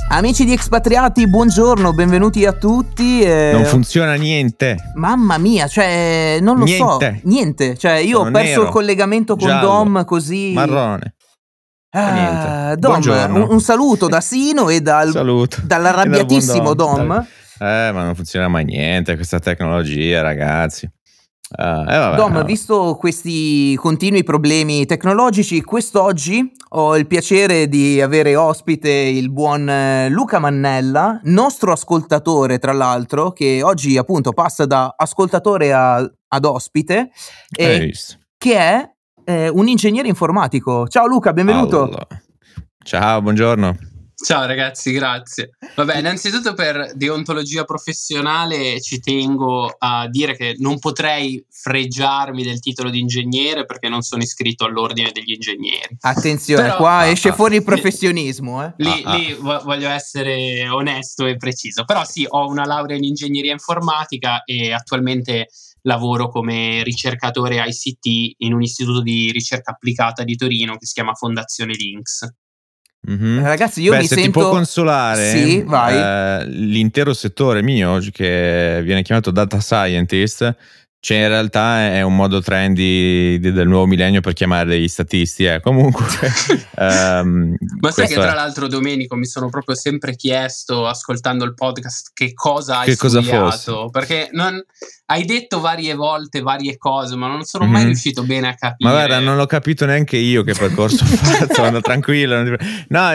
Amici di Expatriati, buongiorno, benvenuti a tutti. Non funziona niente. Mamma mia, cioè, non lo Niente. so, niente. Cioè, io ho Sono perso nero, il collegamento con giallo, Dom così. marrone. Niente. Dom, Buongiorno. un saluto da Sino e Saluto. dall'arrabbiatissimo E dal buon Dom. Ma non funziona mai niente questa tecnologia, ragazzi. Vabbè. Dom, visto questi continui problemi tecnologici, quest'oggi ho il piacere di avere ospite il buon Luca Mannella, nostro ascoltatore tra l'altro, che oggi appunto passa da ascoltatore ad ospite, Hai visto? che è un ingegnere informatico. Ciao Luca, benvenuto. Allora. Ciao, buongiorno. Ciao ragazzi, grazie. Vabbè, innanzitutto per deontologia professionale ci tengo a dire che non potrei fregiarmi del titolo di ingegnere perché non sono iscritto all'ordine degli ingegneri. Attenzione, Però, qua esce fuori il professionismo. Lì voglio essere onesto e preciso. Però sì, ho una laurea in ingegneria informatica e attualmente lavoro come ricercatore ICT in un istituto di ricerca applicata di Torino che si chiama Fondazione Links. Mm-hmm. Ragazzi, io mi se sento... ti può consolare, sì, vai. l'intero settore mio che viene chiamato data scientist, cioè in realtà è un modo trendy del nuovo millennio per chiamare degli statisti, comunque. Ma sai che tra l'altro, Domenico, mi sono proprio sempre chiesto, ascoltando il podcast, che cosa hai studiato, perché hai detto varie volte varie cose, ma non sono mai riuscito bene a capire. Ma guarda, non l'ho capito neanche io che percorso ho fatto, ando tranquillo. No,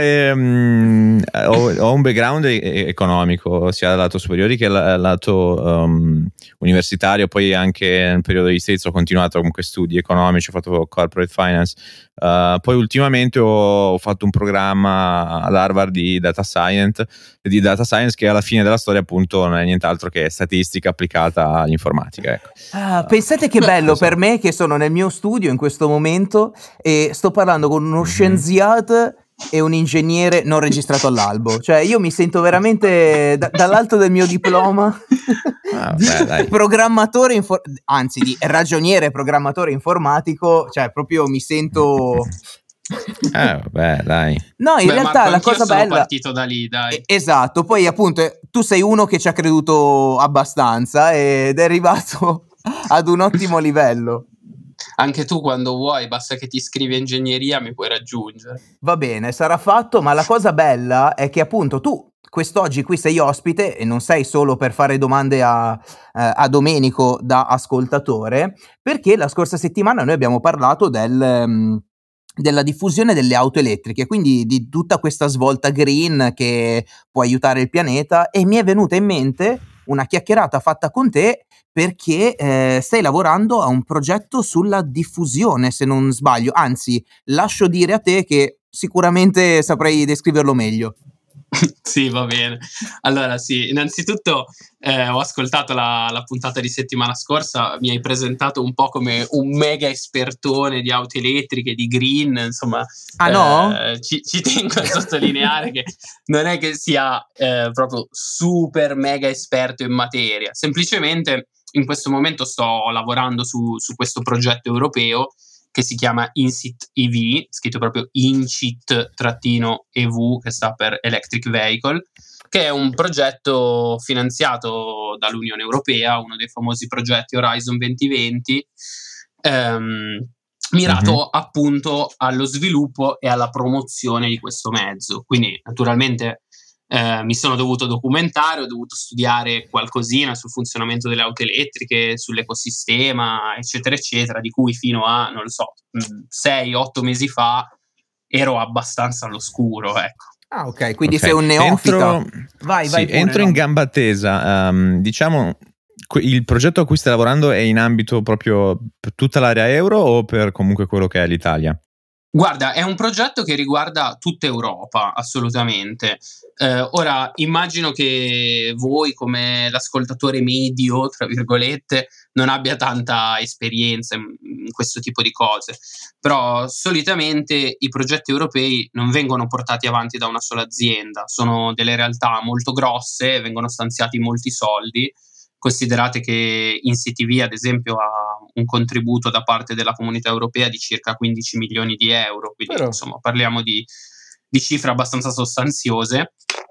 ho un background economico, sia dal lato superiore che dal lato universitario, poi anche nel periodo di States ho continuato comunque studi economici, ho fatto corporate finance, poi ultimamente ho fatto un programma ad Harvard di data science che alla fine della storia appunto non è nient'altro che statistica applicata all'informatica, ecco. Pensate che bello per me che sono nel mio studio in questo momento e sto parlando con uno scienziato e un ingegnere non registrato all'albo. Cioè io mi sento veramente dall'alto del mio diploma di programmatore anzi di ragioniere programmatore informatico, cioè proprio mi sento... vabbè, dai. No, in realtà Marco, la cosa bella... sono partito da lì, dai. Esatto, poi appunto tu sei uno che ci ha creduto abbastanza ed è arrivato ad un ottimo livello. Anche tu quando vuoi, basta che ti iscrivi a ingegneria mi puoi raggiungere. Va bene, sarà fatto, ma la cosa bella è che appunto tu quest'oggi qui sei ospite e non sei solo per fare domande a Domenico da ascoltatore, perché la scorsa settimana noi abbiamo parlato della diffusione delle auto elettriche, quindi di tutta questa svolta green che può aiutare il pianeta, e mi è venuta in mente una chiacchierata fatta con te perché stai lavorando a un progetto sulla diffusione, se non sbaglio, anzi lascio dire a te che sicuramente saprei descriverlo meglio. Sì, va bene. Allora sì, innanzitutto ho ascoltato la puntata di settimana scorsa, mi hai presentato un po' come un mega espertone di auto elettriche, di green, insomma. No? Ci tengo a sottolineare che non è che sia proprio super mega esperto in materia, semplicemente in questo momento sto lavorando su questo progetto europeo che si chiama INCIT EV, scritto proprio INCIT-EV, che sta per Electric Vehicle, che è un progetto finanziato dall'Unione Europea, uno dei famosi progetti Horizon 2020, mirato appunto allo sviluppo e alla promozione di questo mezzo. Quindi naturalmente mi sono dovuto documentare, ho dovuto studiare qualcosina sul funzionamento delle auto elettriche, sull'ecosistema, eccetera, eccetera, di cui fino a, non lo so, 6-8 mesi fa ero abbastanza all'oscuro, ecco. Ah, ok, quindi sei un neofita. Vai pure, entro in gamba tesa. Diciamo, il progetto a cui stai lavorando è in ambito proprio per tutta l'area euro o per comunque quello che è l'Italia? Guarda, è un progetto che riguarda tutta Europa, assolutamente. Ora, immagino che voi, come l'ascoltatore medio, tra virgolette, non abbia tanta esperienza in questo tipo di cose, però solitamente i progetti europei non vengono portati avanti da una sola azienda, sono delle realtà molto grosse, vengono stanziati molti soldi. Considerate che INCIT-EV, ad esempio, ha un contributo da parte della Comunità Europea di circa 15 milioni di euro, quindi insomma parliamo di cifre abbastanza sostanziose.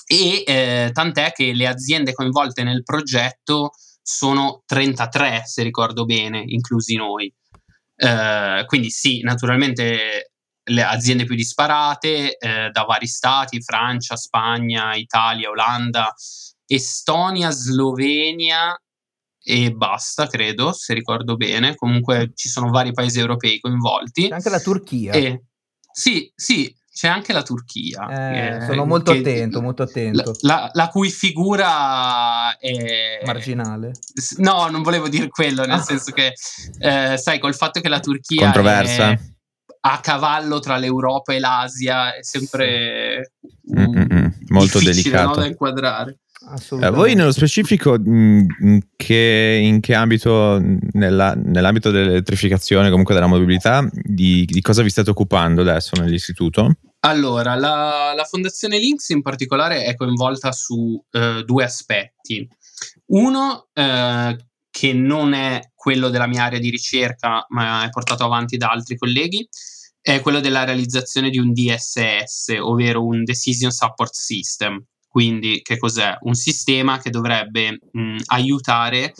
e tant'è che le aziende coinvolte nel progetto sono 33, se ricordo bene, inclusi noi. Quindi sì, naturalmente le aziende più disparate da vari stati: Francia, Spagna, Italia, Olanda, Estonia, Slovenia e basta, credo, se ricordo bene. Comunque ci sono vari paesi europei coinvolti. C'è anche la Turchia. E sì, c'è anche la Turchia, Sono molto attento, molto attento. la cui figura è Marginale. No, non volevo dire quello, nel senso che sai, col fatto che la Turchia Controversa. è a cavallo tra l'Europa e l'Asia, è sempre molto difficile, delicato, no, da inquadrare. Voi nello specifico in che ambito, nell'ambito dell'elettrificazione, comunque della mobilità, di cosa vi state occupando adesso nell'istituto? Allora, la Fondazione Lynx in particolare è coinvolta su 2 aspetti. Uno, che non è quello della mia area di ricerca, ma è portato avanti da altri colleghi, è quello della realizzazione di un DSS, ovvero un Decision Support System. Quindi che cos'è? Un sistema che dovrebbe aiutare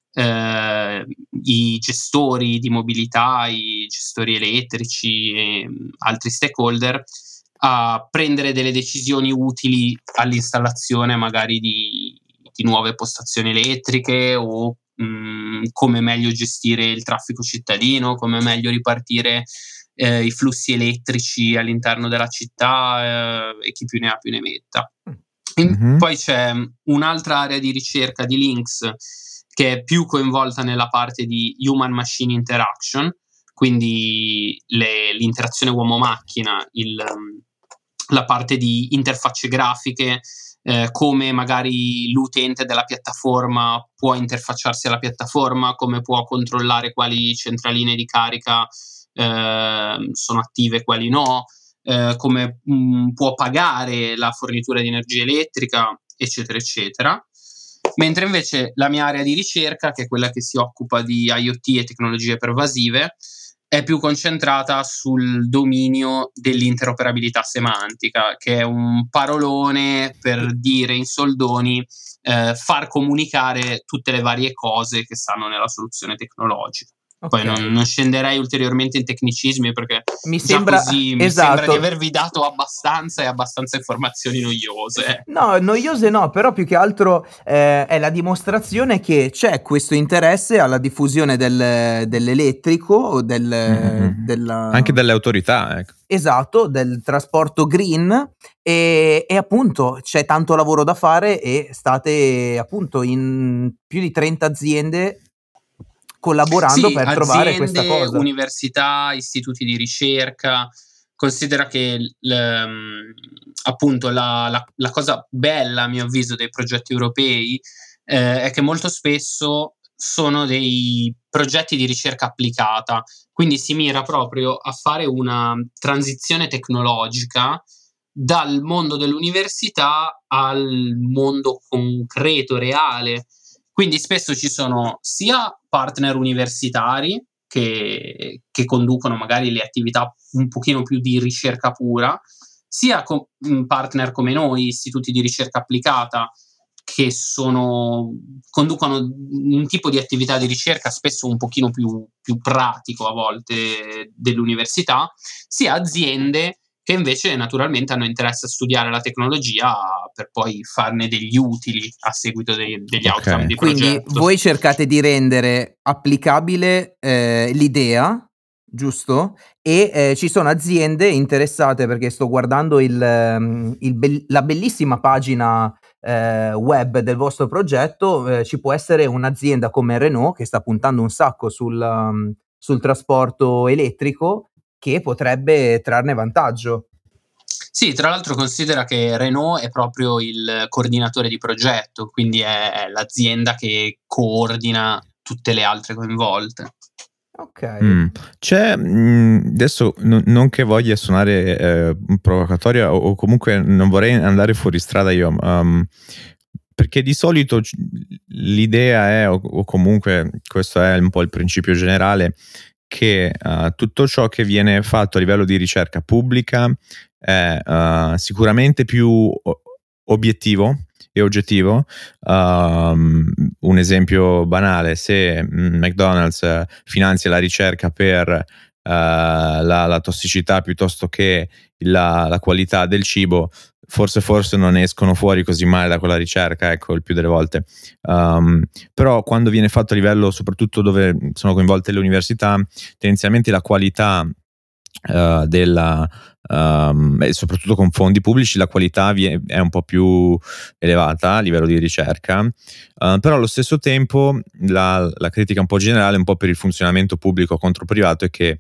i gestori di mobilità, i gestori elettrici e altri stakeholder a prendere delle decisioni utili all'installazione magari di nuove postazioni elettriche o come meglio gestire il traffico cittadino, come meglio ripartire i flussi elettrici all'interno della città e chi più ne ha più ne metta. Poi c'è un'altra area di ricerca di Lynx che è più coinvolta nella parte di human machine interaction, quindi l'interazione uomo-macchina, la parte di interfacce grafiche, come magari l'utente della piattaforma può interfacciarsi alla piattaforma, come può controllare quali centraline di carica sono attive, quali no, come può pagare la fornitura di energia elettrica, eccetera, eccetera. Mentre invece la mia area di ricerca, che è quella che si occupa di IoT e tecnologie pervasive, è più concentrata sul dominio dell'interoperabilità semantica, che è un parolone per dire in soldoni far comunicare tutte le varie cose che stanno nella soluzione tecnologica. Poi non scenderei ulteriormente in tecnicismi perché mi sembra di avervi dato abbastanza informazioni noiose. No, noiose no, però più che altro è la dimostrazione che c'è questo interesse alla diffusione dell'elettrico o anche delle autorità, ecco. Esatto, del trasporto green e appunto c'è tanto lavoro da fare e state appunto in più di 30 aziende collaborando per trovare questa cosa. Università, istituti di ricerca. Considera che appunto la cosa bella, a mio avviso, dei progetti europei è che molto spesso sono dei progetti di ricerca applicata, quindi si mira proprio a fare una transizione tecnologica dal mondo dell'università al mondo concreto, reale. Quindi spesso ci sono sia partner universitari che conducono magari le attività un pochino più di ricerca pura, sia partner come noi, istituti di ricerca applicata, che conducono un tipo di attività di ricerca spesso un pochino più pratico a volte dell'università, sia aziende che invece naturalmente hanno interesse a studiare la tecnologia per poi farne degli utili a seguito degli outcome di progetto. Quindi voi cercate di rendere applicabile l'idea, giusto? E ci sono aziende interessate, perché sto guardando la bellissima pagina web del vostro progetto. Ci può essere un'azienda come Renault che sta puntando un sacco sul trasporto elettrico, che potrebbe trarne vantaggio. Sì, tra l'altro considera che Renault è proprio il coordinatore di progetto, quindi è l'azienda che coordina tutte le altre coinvolte. Ok. C'è adesso non che voglia suonare provocatoria o comunque non vorrei andare fuori strada io, perché di solito l'idea è, o comunque questo è un po' il principio generale, che tutto ciò che viene fatto a livello di ricerca pubblica è sicuramente più obiettivo e oggettivo. Un esempio banale: se McDonald's finanzia la ricerca per la tossicità piuttosto che la qualità del cibo, forse non escono fuori così male da quella ricerca, ecco, il più delle volte. Però quando viene fatto a livello, soprattutto dove sono coinvolte le università, tendenzialmente la qualità e soprattutto con fondi pubblici la qualità è un po' più elevata a livello di ricerca, però allo stesso tempo la critica un po' generale, un po' per il funzionamento pubblico contro privato, è che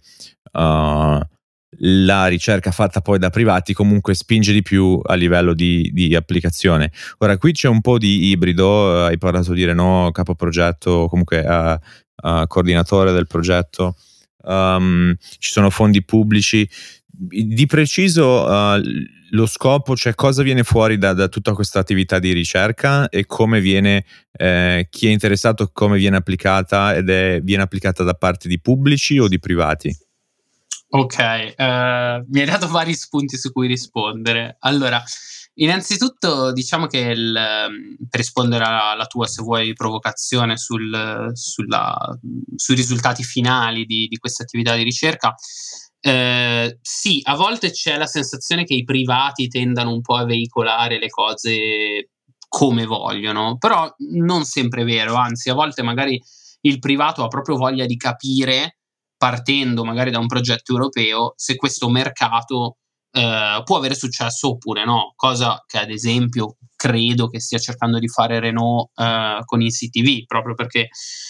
la ricerca fatta poi da privati comunque spinge di più a livello di applicazione. Ora qui c'è un po' di ibrido, hai parlato di Renault, capo progetto, comunque coordinatore del progetto. Ci sono fondi pubblici. Di preciso lo scopo, cioè cosa viene fuori da tutta questa attività di ricerca e come viene, chi è interessato, come viene applicata, viene applicata da parte di pubblici o di privati? Ok, mi hai dato vari spunti su cui rispondere. Allora, innanzitutto diciamo che per rispondere alla tua, se vuoi, provocazione sui risultati finali di questa attività di ricerca, sì, a volte c'è la sensazione che i privati tendano un po' a veicolare le cose come vogliono, però non sempre è vero, anzi a volte magari il privato ha proprio voglia di capire, partendo magari da un progetto europeo, se questo mercato può avere successo oppure no, cosa che ad esempio credo che stia cercando di fare Renault con ICTV, proprio perché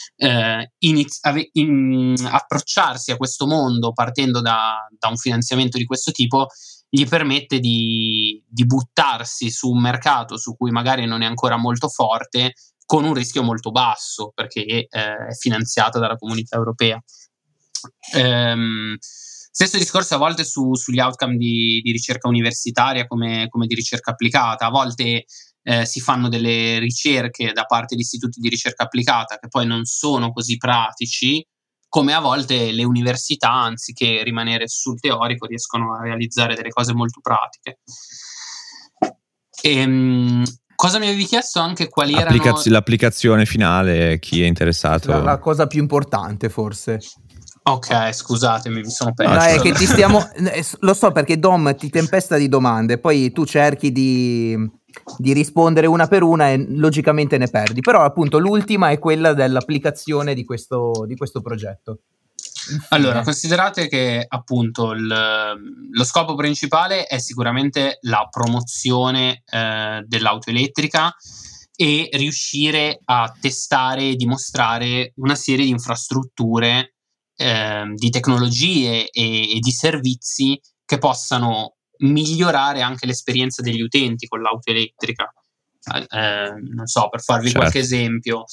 approcciarsi a questo mondo partendo da un finanziamento di questo tipo gli permette di buttarsi su un mercato su cui magari non è ancora molto forte, con un rischio molto basso, perché è finanziata dalla comunità europea. Stesso discorso a volte sugli outcome di ricerca universitaria come di ricerca applicata. A volte si fanno delle ricerche da parte di istituti di ricerca applicata che poi non sono così pratici, come a volte le università, anziché rimanere sul teorico, riescono a realizzare delle cose molto pratiche. Cosa mi avevi chiesto anche? Quali erano l'applicazione finale, chi è interessato? La cosa più importante, forse. Ok, scusatemi, mi sono perso. No, è che ti stiamo. Lo so, perché Dom ti tempesta di domande, poi tu cerchi di rispondere una per una e logicamente ne perdi. Però, appunto, l'ultima è quella dell'applicazione di questo progetto. Infine. Allora, considerate che appunto lo scopo principale è sicuramente la promozione dell'auto elettrica e riuscire a testare e dimostrare una serie di infrastrutture, di tecnologie e di servizi che possano migliorare anche l'esperienza degli utenti con l'auto elettrica. Non so, per farvi qualche esempio,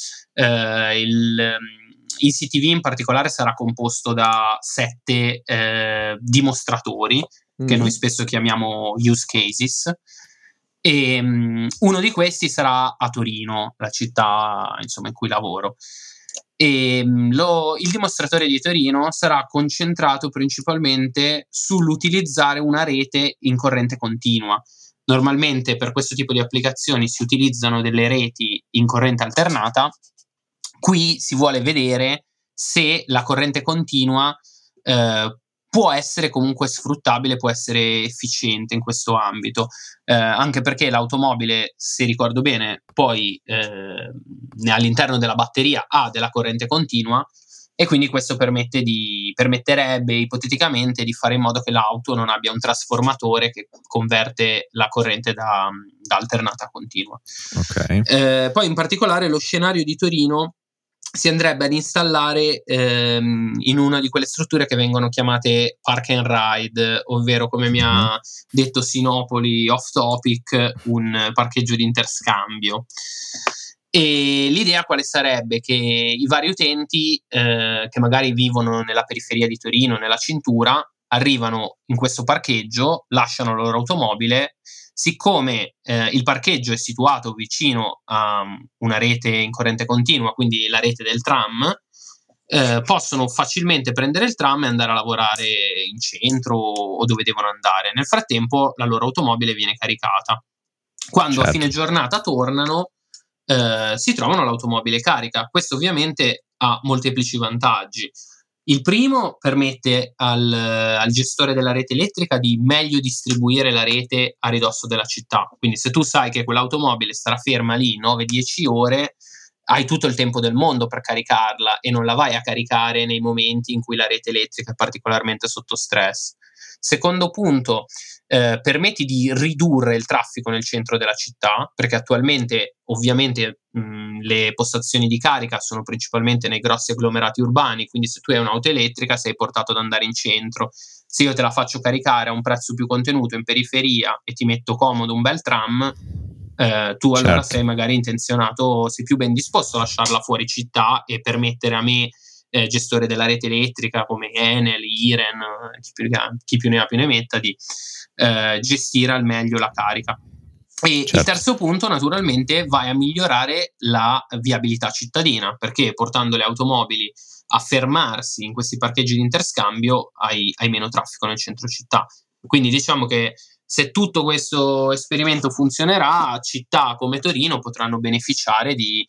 ICTV in particolare sarà composto da 7 dimostratori, che noi spesso chiamiamo use cases, e uno di questi sarà a Torino, la città insomma in cui lavoro. E il dimostratore di Torino sarà concentrato principalmente sull'utilizzare una rete in corrente continua. Normalmente per questo tipo di applicazioni si utilizzano delle reti in corrente alternata. Qui si vuole vedere se la corrente continua può essere comunque sfruttabile, può essere efficiente in questo ambito, anche perché l'automobile, se ricordo bene, poi all'interno della batteria ha della corrente continua, e quindi questo permetterebbe ipoteticamente di fare in modo che l'auto non abbia un trasformatore che converte la corrente da alternata a continua. Okay. Poi in particolare lo scenario di Torino si andrebbe ad installare in una di quelle strutture che vengono chiamate park and ride, ovvero, come mi ha detto Sinopoli off topic, un parcheggio di interscambio. E l'idea quale sarebbe? Che i vari utenti che magari vivono nella periferia di Torino, nella cintura, arrivano in questo parcheggio, lasciano la loro automobile. Siccome il parcheggio è situato vicino a una rete in corrente continua, quindi la rete del tram, possono facilmente prendere il tram e andare a lavorare in centro o dove devono andare. Nel frattempo la loro automobile viene caricata. Quando a Certo. fine giornata tornano, si trovano l'automobile carica. Questo ovviamente ha molteplici vantaggi. Il primo permette al gestore della rete elettrica di meglio distribuire la rete a ridosso della città. Quindi se tu sai che quell'automobile starà ferma lì 9-10 ore, hai tutto il tempo del mondo per caricarla e non la vai a caricare nei momenti in cui la rete elettrica è particolarmente sotto stress. Secondo punto, permetti di ridurre il traffico nel centro della città, perché attualmente ovviamente le postazioni di carica sono principalmente nei grossi agglomerati urbani, quindi se tu hai un'auto elettrica sei portato ad andare in centro. Se io te la faccio caricare a un prezzo più contenuto in periferia e ti metto comodo un bel tram, tu allora Certo. sei magari intenzionato, sei più ben disposto a lasciarla fuori città e permettere a me, gestore della rete elettrica come Enel, Iren, chi più ne ha più ne metta, di gestire al meglio la carica. E il Certo. terzo punto, naturalmente, vai a migliorare la viabilità cittadina, perché portando le automobili a fermarsi in questi parcheggi di interscambio hai meno traffico nel centro città. Quindi diciamo che se tutto questo esperimento funzionerà, città come Torino potranno beneficiare di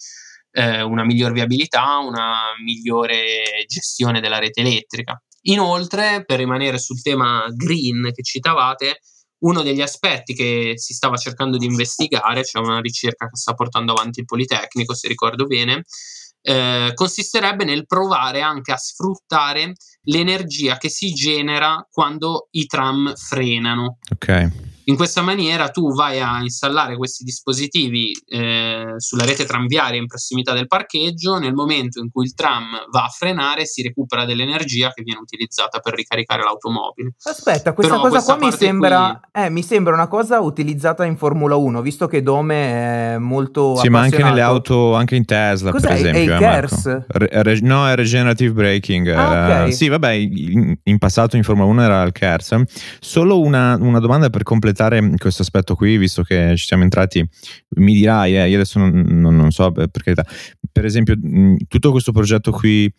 una miglior viabilità, una migliore gestione della rete elettrica. Inoltre, per rimanere sul tema green che citavate, uno degli aspetti che si stava cercando di investigare, c'è una ricerca che sta portando avanti il Politecnico, se ricordo bene, consisterebbe nel provare anche a sfruttare l'energia che si genera quando i tram frenano. Ok. In questa maniera tu vai a installare questi dispositivi sulla rete tranviaria in prossimità del parcheggio. Nel momento in cui il tram va a frenare si recupera dell'energia che viene utilizzata per ricaricare l'automobile. Aspetta, questa Però cosa questa qua mi parte sembra mi sembra una cosa utilizzata in Formula 1, visto che Dome è molto Sì, ma anche nelle appassionato. auto, anche in Tesla, per Cos'è? È esempio, il Marco. KERS? No, è regenerative braking. Ah, ok. Sì, vabbè, in passato in Formula 1 era il KERS. Solo una domanda per completare questo aspetto qui, visto che ci siamo entrati, mi dirai, io adesso non so, per carità. Per esempio, tutto questo progetto qui,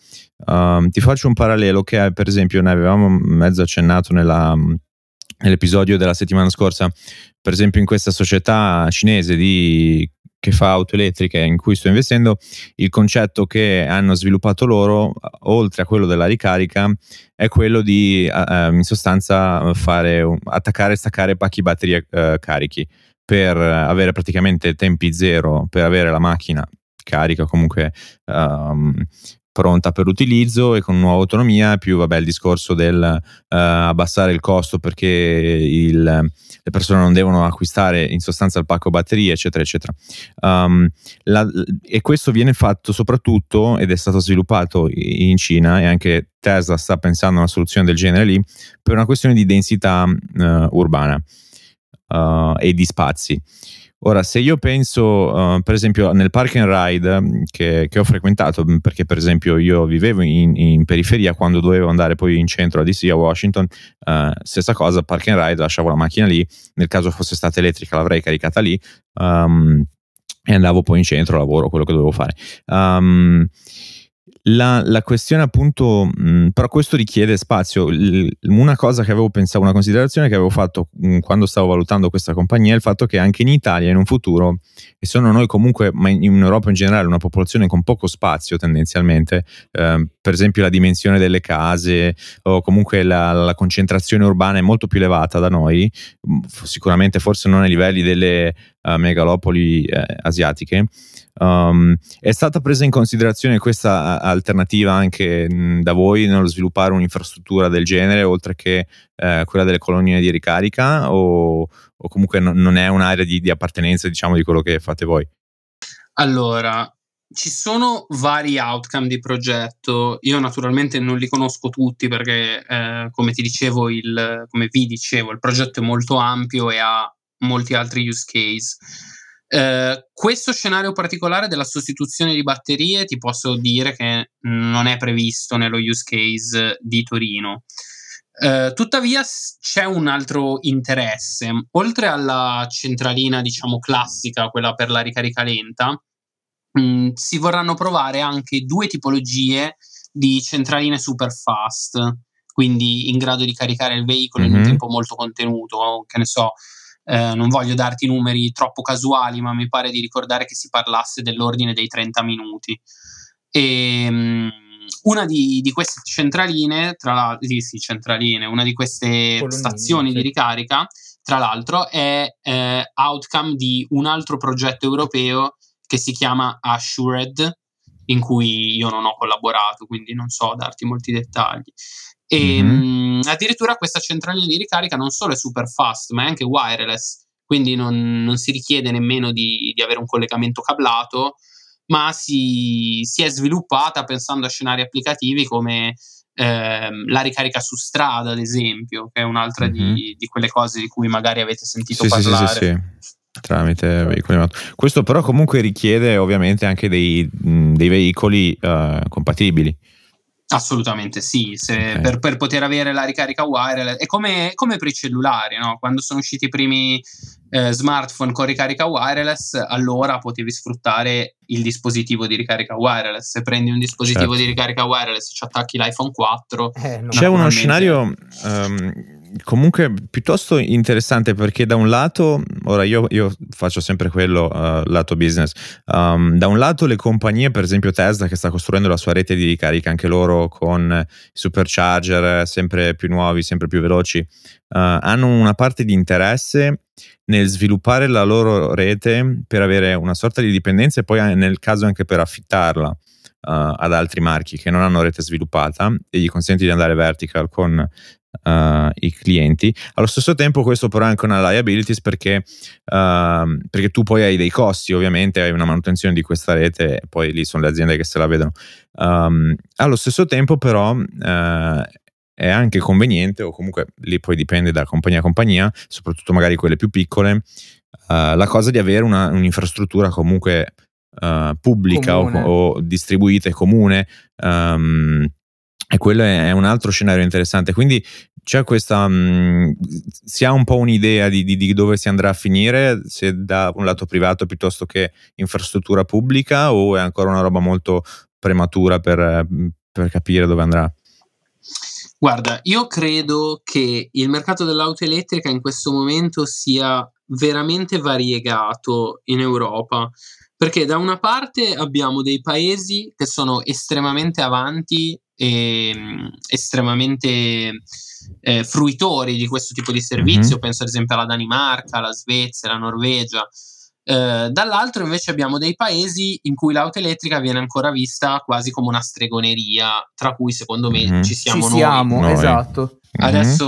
ti faccio un parallelo che, per esempio, ne avevamo mezzo accennato nell'episodio della settimana scorsa. Per esempio, in questa società cinese che fa auto elettriche in cui sto investendo, il concetto che hanno sviluppato loro, oltre a quello della ricarica, è quello di in sostanza attaccare e staccare pacchi batterie carichi per avere praticamente tempi zero, per avere la macchina carica comunque pronta per l'utilizzo e con nuova autonomia, più vabbè il discorso del abbassare il costo perché le persone non devono acquistare in sostanza il pacco batterie, eccetera eccetera. E questo viene fatto soprattutto, ed è stato sviluppato in Cina, e anche Tesla sta pensando a una soluzione del genere lì, per una questione di densità urbana e di spazi. Ora, se io penso per esempio nel park and ride che ho frequentato, perché per esempio io vivevo in periferia, quando dovevo andare poi in centro a DC, a Washington, stessa cosa, park and ride, lasciavo la macchina lì, nel caso fosse stata elettrica l'avrei caricata lì e andavo poi in centro, lavoro, quello che dovevo fare. La questione appunto, però questo richiede spazio. Una cosa che avevo pensato, una considerazione che avevo fatto quando stavo valutando questa compagnia, è il fatto che anche in Italia in un futuro, e sono noi comunque, ma in Europa in generale, una popolazione con poco spazio tendenzialmente, per esempio la dimensione delle case o comunque la concentrazione urbana è molto più elevata da noi, sicuramente forse non ai livelli delle megalopoli asiatiche. È stata presa in considerazione questa alternativa anche da voi nello sviluppare un'infrastruttura del genere, oltre che quella delle colonie di ricarica, o comunque non è un'area di appartenenza, diciamo, di quello che fate voi? Allora, ci sono vari outcome di progetto. Io naturalmente non li conosco tutti perché, come vi dicevo, il progetto è molto ampio e ha molti altri use case. Questo scenario particolare della sostituzione di batterie ti posso dire che non è previsto nello use case di Torino. Tuttavia c'è un altro interesse. Oltre alla centralina, diciamo, classica, quella per la ricarica lenta, si vorranno provare anche 2 tipologie di centraline super fast, quindi in grado di caricare il veicolo in un tempo molto contenuto, che ne so, non voglio darti numeri troppo casuali, ma mi pare di ricordare che si parlasse dell'ordine dei 30 minuti. E una di queste centraline, una di queste Colonnine, stazioni sì. di ricarica, tra l'altro, è outcome di un altro progetto europeo che si chiama Assured, in cui io non ho collaborato, quindi non so darti molti dettagli. E addirittura questa centralina di ricarica non solo è super fast, ma è anche wireless, quindi non si richiede nemmeno di avere un collegamento cablato, ma si è sviluppata pensando a scenari applicativi come la ricarica su strada, ad esempio, che è un'altra di quelle cose di cui magari avete sentito parlare. Sì. Tramite veicoli questo però comunque richiede ovviamente anche dei veicoli compatibili. Assolutamente sì, Okay. per poter avere la ricarica wireless è come per i cellulari, no? Quando sono usciti i primi smartphone con ricarica wireless, allora potevi sfruttare il dispositivo di ricarica wireless. Se prendi un dispositivo di ricarica wireless e ci attacchi l'iPhone 4, C'è uno scenario comunque piuttosto interessante, perché da un lato, ora io faccio sempre quello, lato business, da un lato le compagnie, per esempio Tesla, che sta costruendo la sua rete di ricarica anche loro con supercharger sempre più nuovi, sempre più veloci, hanno una parte di interesse nel sviluppare la loro rete per avere una sorta di dipendenza e poi nel caso anche per affittarla ad altri marchi che non hanno rete sviluppata e gli consente di andare vertical con i clienti. Allo stesso tempo questo però è anche una liabilities perché tu poi hai dei costi, ovviamente hai una manutenzione di questa rete e poi lì sono le aziende che se la vedono. Allo stesso tempo però è anche conveniente, o comunque lì poi dipende da compagnia a compagnia, soprattutto magari quelle più piccole, la cosa di avere un'infrastruttura comunque pubblica o distribuita e comune, e quello è un altro scenario interessante. Quindi c'è questa si ha un po' un'idea di dove si andrà a finire, se da un lato privato piuttosto che infrastruttura pubblica, o è ancora una roba molto prematura per capire dove andrà? Guarda, io credo che il mercato dell'auto elettrica in questo momento sia veramente variegato in Europa, perché da una parte abbiamo dei paesi che sono estremamente avanti e estremamente fruitori di questo tipo di servizio. Penso ad esempio alla Danimarca, alla Svezia, alla Norvegia. Dall'altro invece abbiamo dei paesi in cui l'auto elettrica viene ancora vista quasi come una stregoneria, tra cui secondo me ci siamo noi. Esatto. Adesso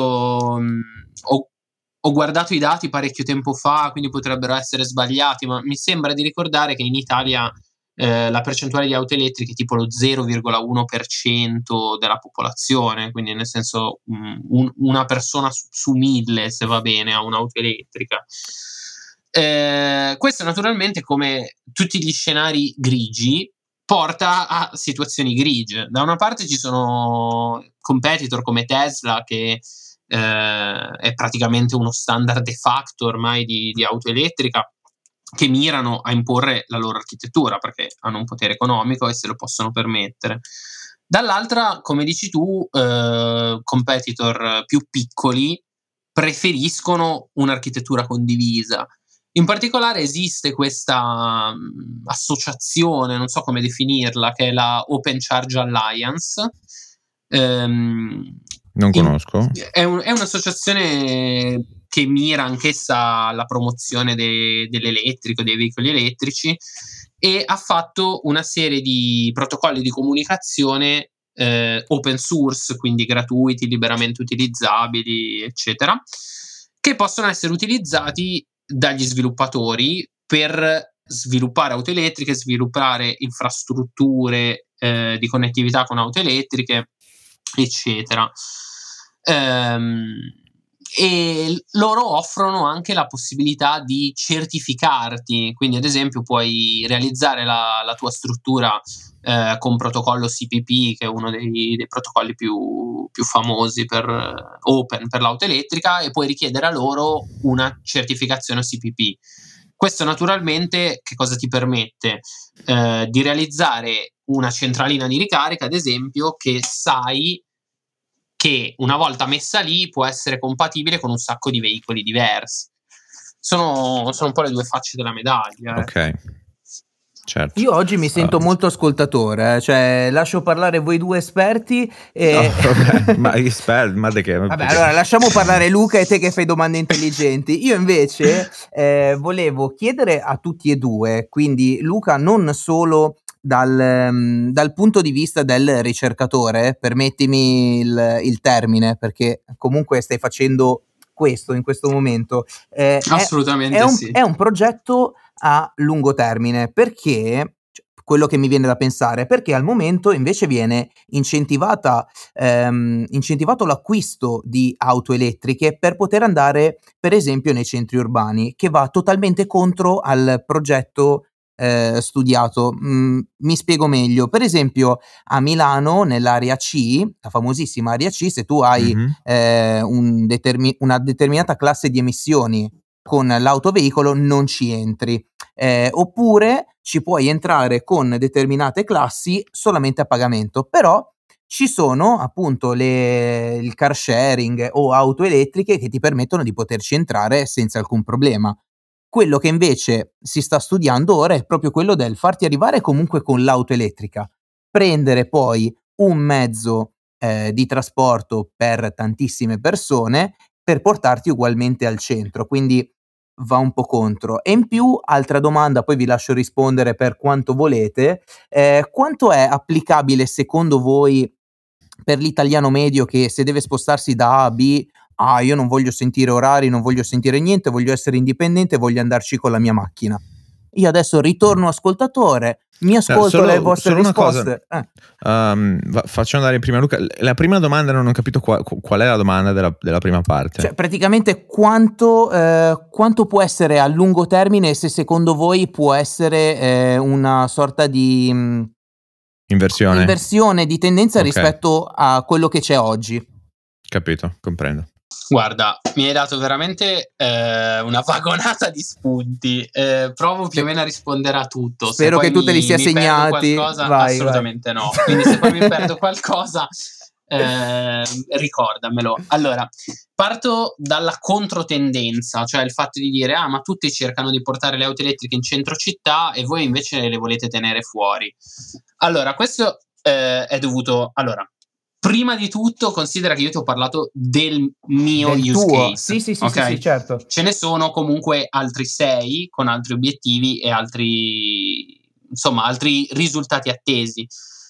ho guardato i dati parecchio tempo fa, quindi potrebbero essere sbagliati, ma mi sembra di ricordare che in Italia la percentuale di auto elettriche è tipo lo 0,1% della popolazione, quindi nel senso una persona su 1000, se va bene, ha un'auto elettrica. Questo naturalmente, come tutti gli scenari grigi, porta a situazioni grigie. Da una parte ci sono competitor come Tesla, che è praticamente uno standard de facto ormai di auto elettrica, che mirano a imporre la loro architettura perché hanno un potere economico e se lo possono permettere. Dall'altra, come dici tu, competitor più piccoli preferiscono un'architettura condivisa. In particolare esiste questa associazione, non so come definirla, che è la Open Charge Alliance. Non conosco. È un'associazione che mira anch'essa alla promozione dell'elettrico, dei veicoli elettrici, e ha fatto una serie di protocolli di comunicazione open source, quindi gratuiti, liberamente utilizzabili, eccetera, che possono essere utilizzati dagli sviluppatori per sviluppare auto elettriche, sviluppare infrastrutture di connettività con auto elettriche, eccetera. E loro offrono anche la possibilità di certificarti, quindi ad esempio puoi realizzare la tua struttura con protocollo CPP, che è uno dei protocolli più famosi per open per l'auto elettrica, e puoi richiedere a loro una certificazione CPP. Questo naturalmente che cosa ti permette? Di realizzare una centralina di ricarica, ad esempio, che sai che una volta messa lì può essere compatibile con un sacco di veicoli diversi. sono un po' le due facce della medaglia. Ok, certo. Io oggi mi sento molto ascoltatore, cioè lascio parlare voi due esperti e... vabbè, ma esperti, ma di che? Vabbè, allora lasciamo parlare Luca e te che fai domande intelligenti. Io invece volevo chiedere a tutti e due, quindi Luca non solo dal punto di vista del ricercatore, permettimi il termine, perché comunque stai facendo questo in questo momento. Assolutamente sì. È un progetto a lungo termine, perché quello che mi viene da pensare, perché al momento invece viene incentivato l'acquisto di auto elettriche per poter andare per esempio nei centri urbani, che va totalmente contro al progetto studiato. Mi spiego meglio. Per esempio a Milano nell'area C, la famosissima area C, se tu hai una determinata classe di emissioni con l'autoveicolo non ci entri, oppure ci puoi entrare con determinate classi solamente a pagamento, però ci sono appunto il car sharing o auto elettriche che ti permettono di poterci entrare senza alcun problema. Quello che invece si sta studiando ora è proprio quello del farti arrivare comunque con l'auto elettrica, prendere poi un mezzo di trasporto per tantissime persone per portarti ugualmente al centro, quindi va un po' contro. E in più, altra domanda, poi vi lascio rispondere per quanto volete, quanto è applicabile secondo voi per l'italiano medio che se deve spostarsi da A a B, io non voglio sentire orari, non voglio sentire niente, voglio essere indipendente, voglio andarci con la mia macchina. Io adesso ritorno ascoltatore, mi ascolto le vostre risposte. Faccio andare prima Luca. La prima domanda non ho capito qual è la domanda della prima parte. Cioè, praticamente quanto può essere a lungo termine, se secondo voi può essere una sorta di inversione di tendenza rispetto a quello che c'è oggi. Capito, comprendo. Guarda, mi hai dato veramente una vagonata di spunti. Provo più o meno a rispondere a tutto. Spero che tu te li sia segnati. Vai, assolutamente vai. No. Quindi se poi mi perdo qualcosa, ricordamelo. Allora, parto dalla controtendenza, cioè il fatto di dire ma tutti cercano di portare le auto elettriche in centro città e voi invece le volete tenere fuori. Allora, questo è dovuto... Allora, prima di tutto considera che io ti ho parlato del mio use case. Sì, okay? Sì, certo. Ce ne sono comunque altri 6 con altri obiettivi e altri risultati attesi.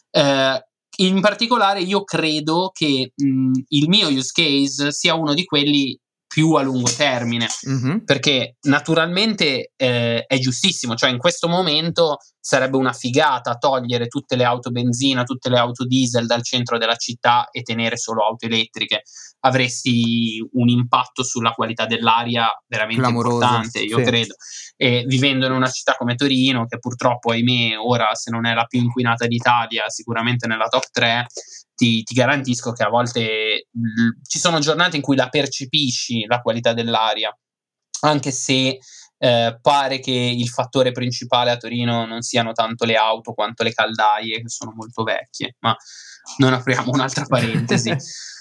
In particolare io credo che il mio use case sia uno di quelli più a lungo termine, perché naturalmente è giustissimo, cioè in questo momento sarebbe una figata togliere tutte le auto benzina, tutte le auto diesel dal centro della città e tenere solo auto elettriche. Avresti un impatto sulla qualità dell'aria veramente importante, io credo. E vivendo in una città come Torino, che purtroppo, ahimè, ora se non è la più inquinata d'Italia, sicuramente nella top 3, ti garantisco che a volte ci sono giornate in cui la percepisci la qualità dell'aria, anche se pare che il fattore principale a Torino non siano tanto le auto quanto le caldaie, che sono molto vecchie, ma non apriamo un'altra parentesi.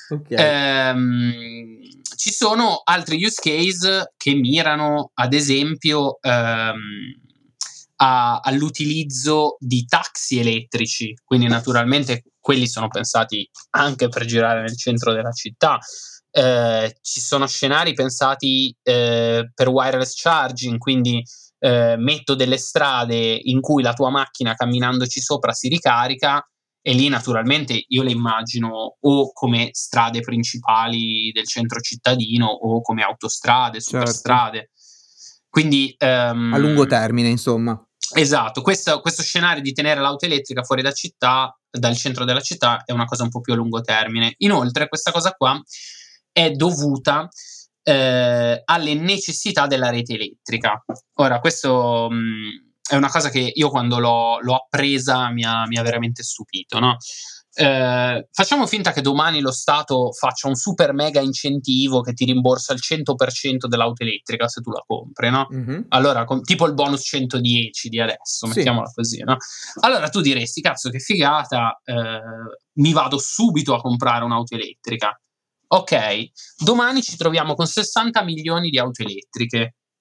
Ci sono altri use case che mirano ad esempio all'utilizzo di taxi elettrici, quindi naturalmente quelli sono pensati anche per girare nel centro della città. Ci sono scenari pensati per wireless charging, quindi metto delle strade in cui la tua macchina camminandoci sopra si ricarica, e lì naturalmente io le immagino o come strade principali del centro cittadino o come autostrade, superstrade. Quindi a lungo termine, insomma. Esatto, questo scenario di tenere l'auto elettrica fuori da città, dal centro della città, è una cosa un po' più a lungo termine. Inoltre questa cosa qua è dovuta alle necessità della rete elettrica. Ora, questo è una cosa che io quando l'ho appresa mi ha veramente stupito, no? Facciamo finta che domani lo Stato faccia un super mega incentivo che ti rimborsa il 100% dell'auto elettrica se tu la compri, no? Allora, tipo il bonus 110 di adesso, mettiamola così, no? Allora tu diresti, cazzo che figata, mi vado subito a comprare un'auto elettrica. Ok, domani ci troviamo con 60 milioni di auto elettriche.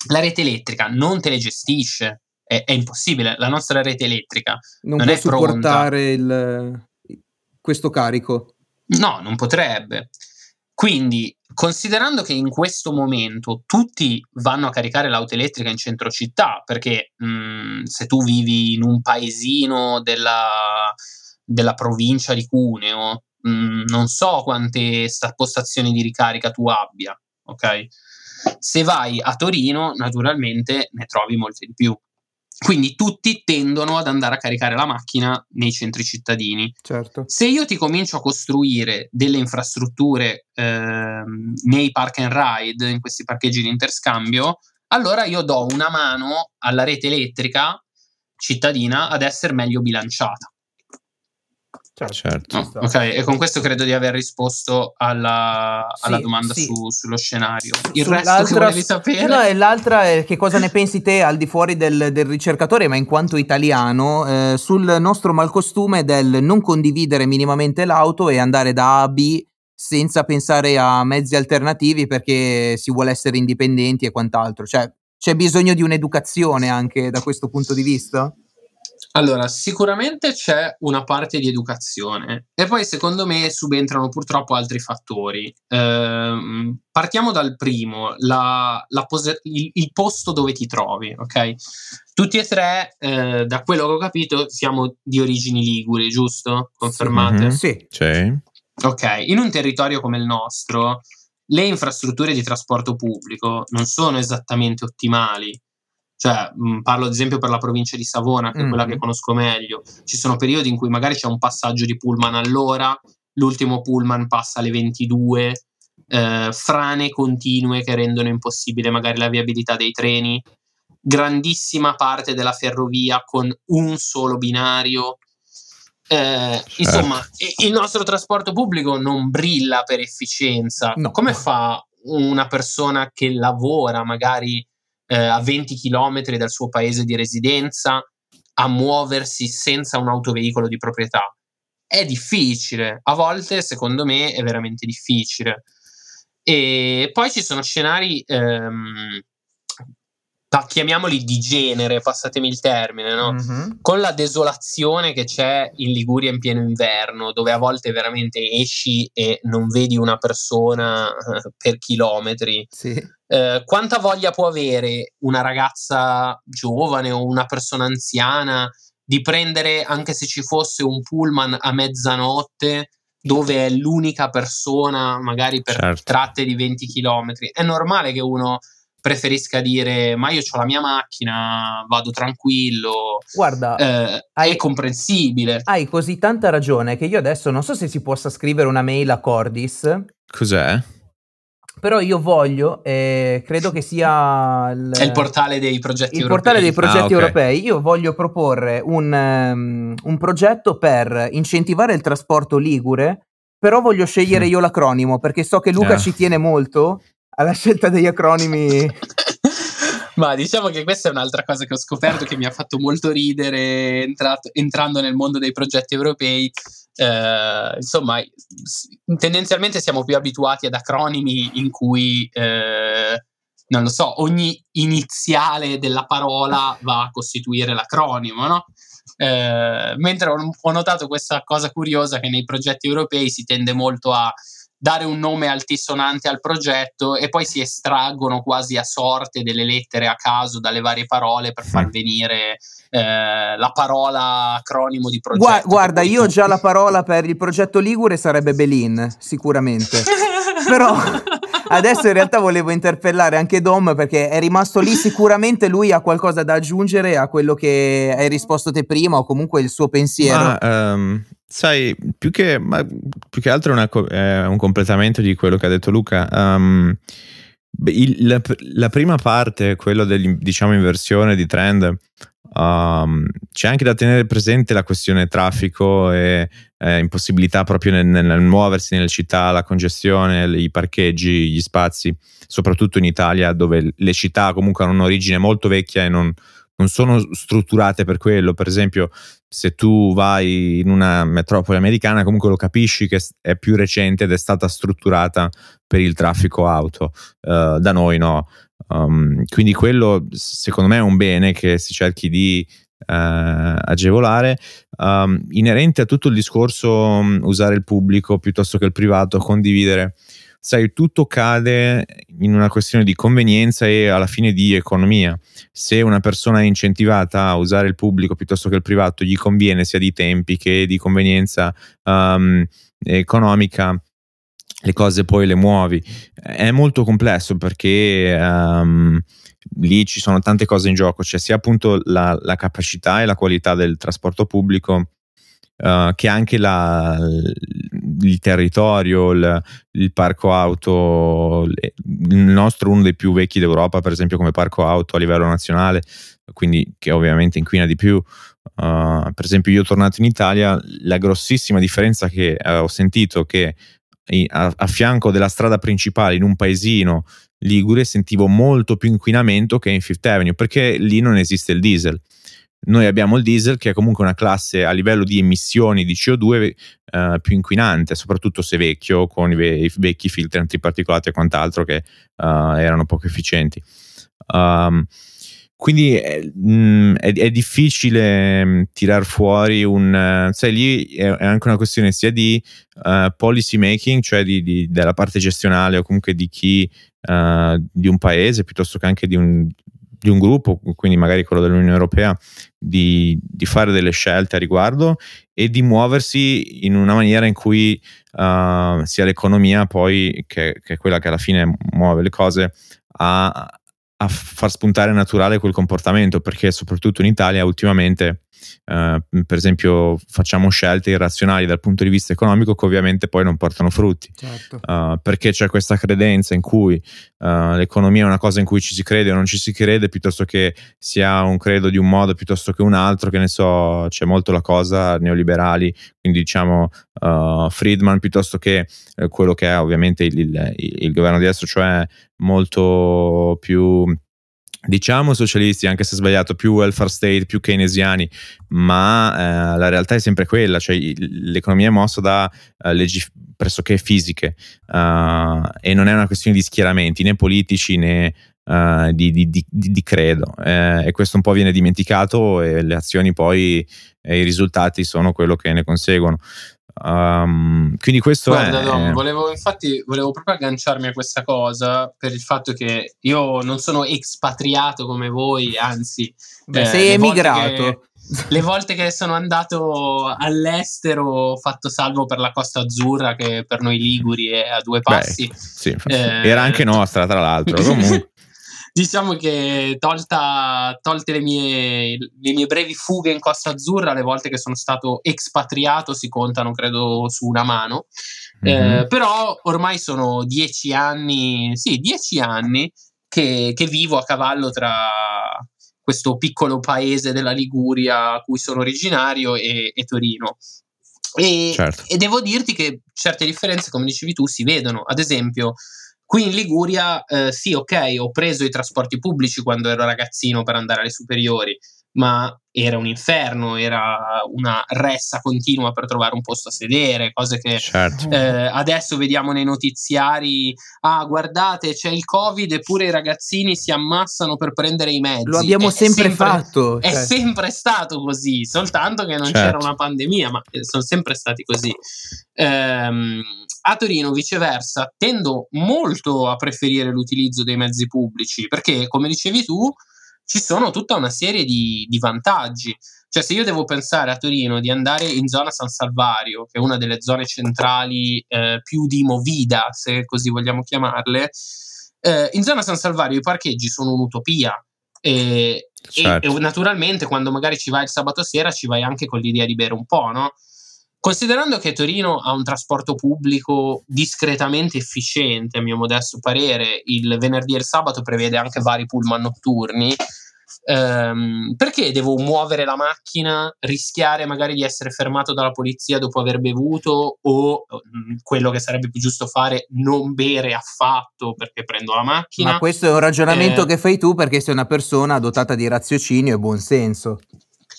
la rete elettrica non te le gestisce, è impossibile, la nostra rete elettrica Non non può è pronta. supportare questo carico. No, non potrebbe. Quindi, considerando che in questo momento tutti vanno a caricare l'auto elettrica in centro città, perché se tu vivi in un paesino della provincia di Cuneo, non so quante postazioni di ricarica tu abbia, ok? Se vai a Torino, naturalmente ne trovi molte di più. Quindi tutti tendono ad andare a caricare la macchina nei centri cittadini. Certo. Se io ti comincio a costruire delle infrastrutture nei park and ride, in questi parcheggi di interscambio, allora io do una mano alla rete elettrica cittadina ad essere meglio bilanciata. Certo. No, ok, e con questo credo di aver risposto alla domanda sullo scenario. Il resto che volevi sapere? No, e l'altra è che cosa ne pensi te, al di fuori del ricercatore, ma in quanto italiano, sul nostro malcostume del non condividere minimamente l'auto e andare da A a B senza pensare a mezzi alternativi perché si vuole essere indipendenti e quant'altro. Cioè, c'è bisogno di un'educazione anche da questo punto di vista? Allora, sicuramente c'è una parte di educazione e poi secondo me subentrano purtroppo altri fattori. Partiamo dal primo, il posto dove ti trovi, ok? Tutti e tre, da quello che ho capito, siamo di origini liguri, giusto? Confermate? Sì. Ok, in un territorio come il nostro, le infrastrutture di trasporto pubblico non sono esattamente ottimali. Cioè, parlo ad esempio per la provincia di Savona, che è quella che conosco meglio. Ci sono periodi in cui magari c'è un passaggio di pullman all'ora, l'ultimo pullman passa alle 22, frane continue che rendono impossibile magari la viabilità dei treni, grandissima parte della ferrovia con un solo binario. Insomma, il nostro trasporto pubblico non brilla per efficienza. No. Come fa una persona che lavora magari a 20 chilometri dal suo paese di residenza a muoversi senza un autoveicolo di proprietà? È difficile, a volte secondo me è veramente difficile. E poi ci sono scenari, chiamiamoli di genere, passatemi il termine, no? Con la desolazione che c'è in Liguria in pieno inverno, dove a volte veramente esci e non vedi una persona per chilometri. Sì. Quanta voglia può avere una ragazza giovane o una persona anziana di prendere, anche se ci fosse un pullman a mezzanotte, dove è l'unica persona magari per tratte di 20 chilometri? È normale che uno preferisca dire ma io ho la mia macchina, vado tranquillo. Guarda, è comprensibile. Hai così tanta ragione che io adesso non so se si possa scrivere una mail a Cordis. Cos'è? Però io voglio, credo che sia è il portale dei progetti europei. Il portale dei progetti europei. Io voglio proporre un progetto per incentivare il trasporto ligure, però voglio scegliere io l'acronimo, perché so che Luca ci tiene molto alla scelta degli acronimi. Ma diciamo che questa è un'altra cosa che ho scoperto che mi ha fatto molto ridere entrando nel mondo dei progetti europei. Insomma, tendenzialmente siamo più abituati ad acronimi in cui non lo so, ogni iniziale della parola va a costituire l'acronimo, no? Mentre ho notato questa cosa curiosa che nei progetti europei si tende molto a dare un nome altisonante al progetto e poi si estraggono quasi a sorte delle lettere a caso dalle varie parole per far venire la parola acronimo di progetto. Guarda, io già la parola per il progetto Ligure sarebbe Belin, sicuramente. Però adesso in realtà volevo interpellare anche Dom, perché è rimasto lì, sicuramente lui ha qualcosa da aggiungere a quello che hai risposto te prima, o comunque il suo pensiero. Sai, più che altro è un completamento di quello che ha detto Luca. La prima parte, quello dell'inversione di trend, c'è anche da tenere presente la questione traffico e impossibilità proprio nel muoversi nelle città, la congestione, i parcheggi, gli spazi, soprattutto in Italia, dove le città comunque hanno un'origine molto vecchia e non sono strutturate per quello. Per esempio, se tu vai in una metropoli americana, comunque lo capisci che è più recente ed è stata strutturata per il traffico auto. Da noi no. Quindi quello secondo me è un bene che si cerchi di agevolare. Inerente a tutto il discorso usare il pubblico piuttosto che il privato, condividere, sai, tutto cade in una questione di convenienza e alla fine di economia. Se una persona è incentivata a usare il pubblico piuttosto che il privato, gli conviene sia di tempi che di convenienza economica, le cose poi le muovi. È molto complesso perché lì ci sono tante cose in gioco, cioè sia appunto la capacità e la qualità del trasporto pubblico, che anche il territorio, il parco auto, il nostro uno dei più vecchi d'Europa per esempio come parco auto a livello nazionale, quindi che ovviamente inquina di più. Per esempio io tornato in Italia, la grossissima differenza che ho sentito che a fianco della strada principale in un paesino ligure sentivo molto più inquinamento che in Fifth Avenue, perché lì non esiste il diesel. Noi abbiamo il diesel che è comunque una classe a livello di emissioni di CO2 più inquinante, soprattutto se vecchio, con i vecchi filtri antiparticolati e quant'altro che erano poco efficienti. Quindi è difficile tirar fuori sai, lì è anche una questione sia di policy making, cioè della parte gestionale o comunque di chi di un paese piuttosto che anche di un gruppo, quindi magari quello dell'Unione Europea, di fare delle scelte a riguardo e di muoversi in una maniera in cui sia l'economia poi, che è quella che alla fine muove le cose, a far spuntare naturale quel comportamento, perché soprattutto in Italia ultimamente per esempio facciamo scelte irrazionali dal punto di vista economico che ovviamente poi non portano frutti. Certo. Perché c'è questa credenza in cui l'economia è una cosa in cui ci si crede o non ci si crede, piuttosto che si ha un credo di un modo piuttosto che un altro, che ne so, c'è molto la cosa neoliberali, quindi diciamo Friedman piuttosto che quello che è ovviamente il governo di destra, cioè molto più diciamo socialisti, anche se sbagliato, più welfare state, più keynesiani, ma la realtà è sempre quella, cioè l'economia è mossa da leggi pressoché fisiche e non è una questione di schieramenti né politici né di credo, e questo un po' viene dimenticato e le azioni poi e i risultati sono quello che ne conseguono. Quindi questo Guarda, Dom, volevo proprio agganciarmi a questa cosa per il fatto che io non sono espatriato come voi, anzi, sei emigrato. Le volte che sono andato all'estero ho fatto salvo per la Costa Azzurra, che per noi liguri è a due passi. Beh, sì, era anche nostra tra l'altro. Comunque diciamo che tolte le mie brevi fughe in Costa Azzurra, le volte che sono stato espatriato si contano credo su una mano. Però ormai sono 10 anni che vivo a cavallo tra questo piccolo paese della Liguria a cui sono originario e Torino. Certo. E devo dirti che certe differenze, come dicevi tu, si vedono. Ad esempio, qui in Liguria, sì, ok, ho preso i trasporti pubblici quando ero ragazzino per andare alle superiori, ma era un inferno, era una ressa continua per trovare un posto a sedere, cose che certo. adesso vediamo nei notiziari. Ah, guardate, c'è il Covid eppure i ragazzini si ammassano per prendere i mezzi. Lo abbiamo sempre fatto. È sempre stato così, soltanto che non c'era una pandemia, ma sono sempre stati così. A Torino, viceversa, tendo molto a preferire l'utilizzo dei mezzi pubblici, perché, come dicevi tu, ci sono tutta una serie di vantaggi. Cioè, se io devo pensare a Torino di andare in zona San Salvario, che è una delle zone centrali più di movida, se così vogliamo chiamarle, in zona San Salvario i parcheggi sono un'utopia. E naturalmente quando magari ci vai il sabato sera ci vai anche con l'idea di bere un po', no? Considerando che Torino ha un trasporto pubblico discretamente efficiente, a mio modesto parere, il venerdì e il sabato prevede anche vari pullman notturni, perché devo muovere la macchina, rischiare magari di essere fermato dalla polizia dopo aver bevuto o quello che sarebbe più giusto fare, non bere affatto perché prendo la macchina? Ma questo è un ragionamento che fai tu perché sei una persona dotata di raziocinio e buonsenso.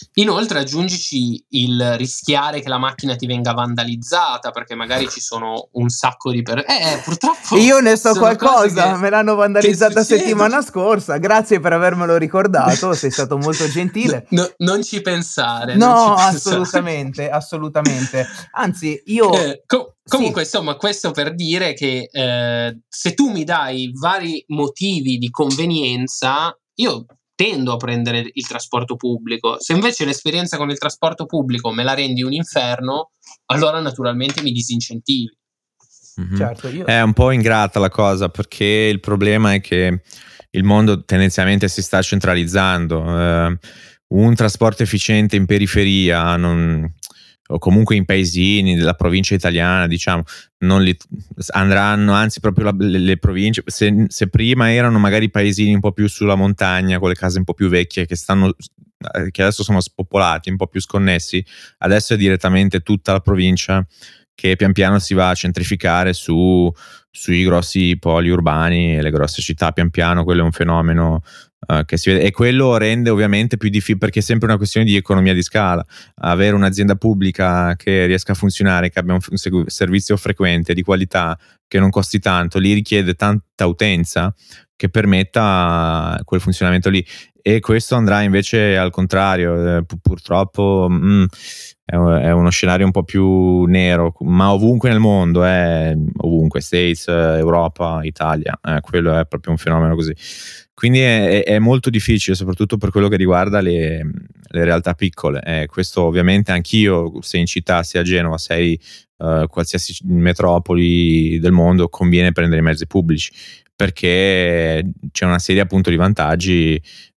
Inoltre aggiungici il rischiare che la macchina ti venga vandalizzata, perché magari ci sono un sacco di purtroppo io ne so sono cose qualcosa, me l'hanno vandalizzata che succedono. settimana scorsa, grazie per avermelo ricordato, sei stato molto gentile. Non ci pensare. No, non ci pensare. assolutamente. Anzi, io comunque, sì. insomma, questo per dire che se tu mi dai vari motivi di convenienza, io tendo a prendere il trasporto pubblico. Se invece l'esperienza con il trasporto pubblico me la rendi un inferno, allora naturalmente mi disincentivi. Mm-hmm. Certo, È un po' ingrata la cosa, perché il problema è che il mondo tendenzialmente si sta centralizzando. Un trasporto efficiente in periferia o comunque in paesini della provincia italiana, diciamo, non li andranno, anzi proprio le province, se prima erano magari paesini un po' più sulla montagna, con le case un po' più vecchie che adesso sono spopolati, un po' più sconnessi, adesso è direttamente tutta la provincia che pian piano si va a centrificare sui grossi poli urbani e le grosse città. Pian piano quello è un fenomeno che si vede, e quello rende ovviamente più difficile, perché è sempre una questione di economia di scala. Avere un'azienda pubblica che riesca a funzionare, che abbia un servizio frequente, di qualità, che non costi tanto, lì richiede tanta utenza che permetta quel funzionamento lì, e questo andrà invece al contrario, purtroppo è uno scenario un po' più nero, ma ovunque nel mondo, ovunque, States, Europa, Italia, quello è proprio un fenomeno così. Quindi è molto difficile, soprattutto per quello che riguarda le realtà piccole. Questo ovviamente anch'io, se in città, sia a Genova, sei qualsiasi metropoli del mondo, conviene prendere i mezzi pubblici, perché c'è una serie appunto di vantaggi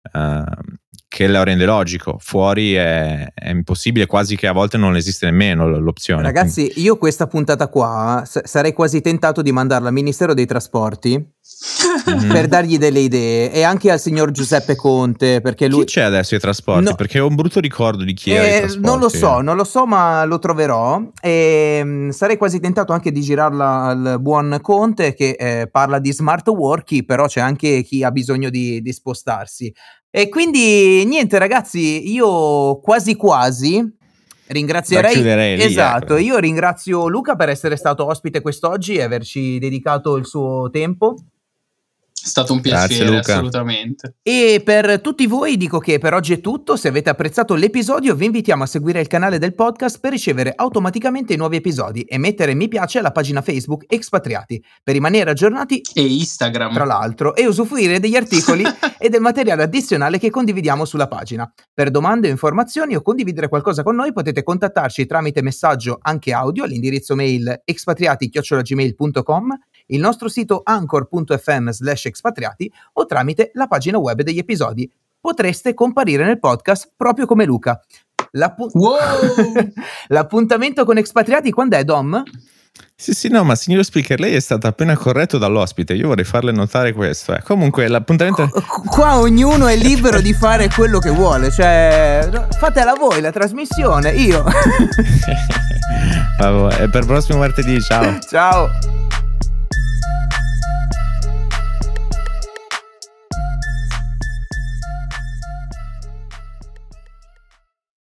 che lo rende logico. Fuori è impossibile, quasi che a volte non esiste nemmeno l'opzione. Ragazzi, io questa puntata qua sarei quasi tentato di mandarla al Ministero dei Trasporti per dargli delle idee, e anche al signor Giuseppe Conte, perché lui... Chi c'è adesso ai trasporti? No, Perché ho un brutto ricordo di chi era ai trasporti. Non lo so, ma lo troverò, e sarei quasi tentato anche di girarla al buon Conte, che parla di smart working, però c'è anche chi ha bisogno di spostarsi. E quindi niente, ragazzi, io quasi ringrazierei, chiuderei lì, esatto, io ringrazio Luca per essere stato ospite quest'oggi e averci dedicato il suo tempo. È stato un piacere. Grazie, Luca. Assolutamente. E per tutti voi dico che per oggi è tutto. Se avete apprezzato l'episodio, vi invitiamo a seguire il canale del podcast per ricevere automaticamente i nuovi episodi e mettere mi piace alla pagina Facebook Expatriati per rimanere aggiornati, e Instagram, tra l'altro, e usufruire degli articoli e del materiale addizionale che condividiamo sulla pagina. Per domande o informazioni o condividere qualcosa con noi potete contattarci tramite messaggio anche audio all'indirizzo mail expatriati@gmail.com, il nostro sito anchor.fm/expatriati o tramite la pagina web degli episodi. Potreste comparire nel podcast proprio come Luca. L'appuntamento con Expatriati quando è, Dom? Sì, no, ma signor speaker, lei è stata appena corretto dall'ospite, io vorrei farle notare questo. Comunque l'appuntamento... Qua ognuno è libero di fare quello che vuole, cioè fatela voi la trasmissione, io... Vabbè, per il prossimo martedì, ciao. Ciao.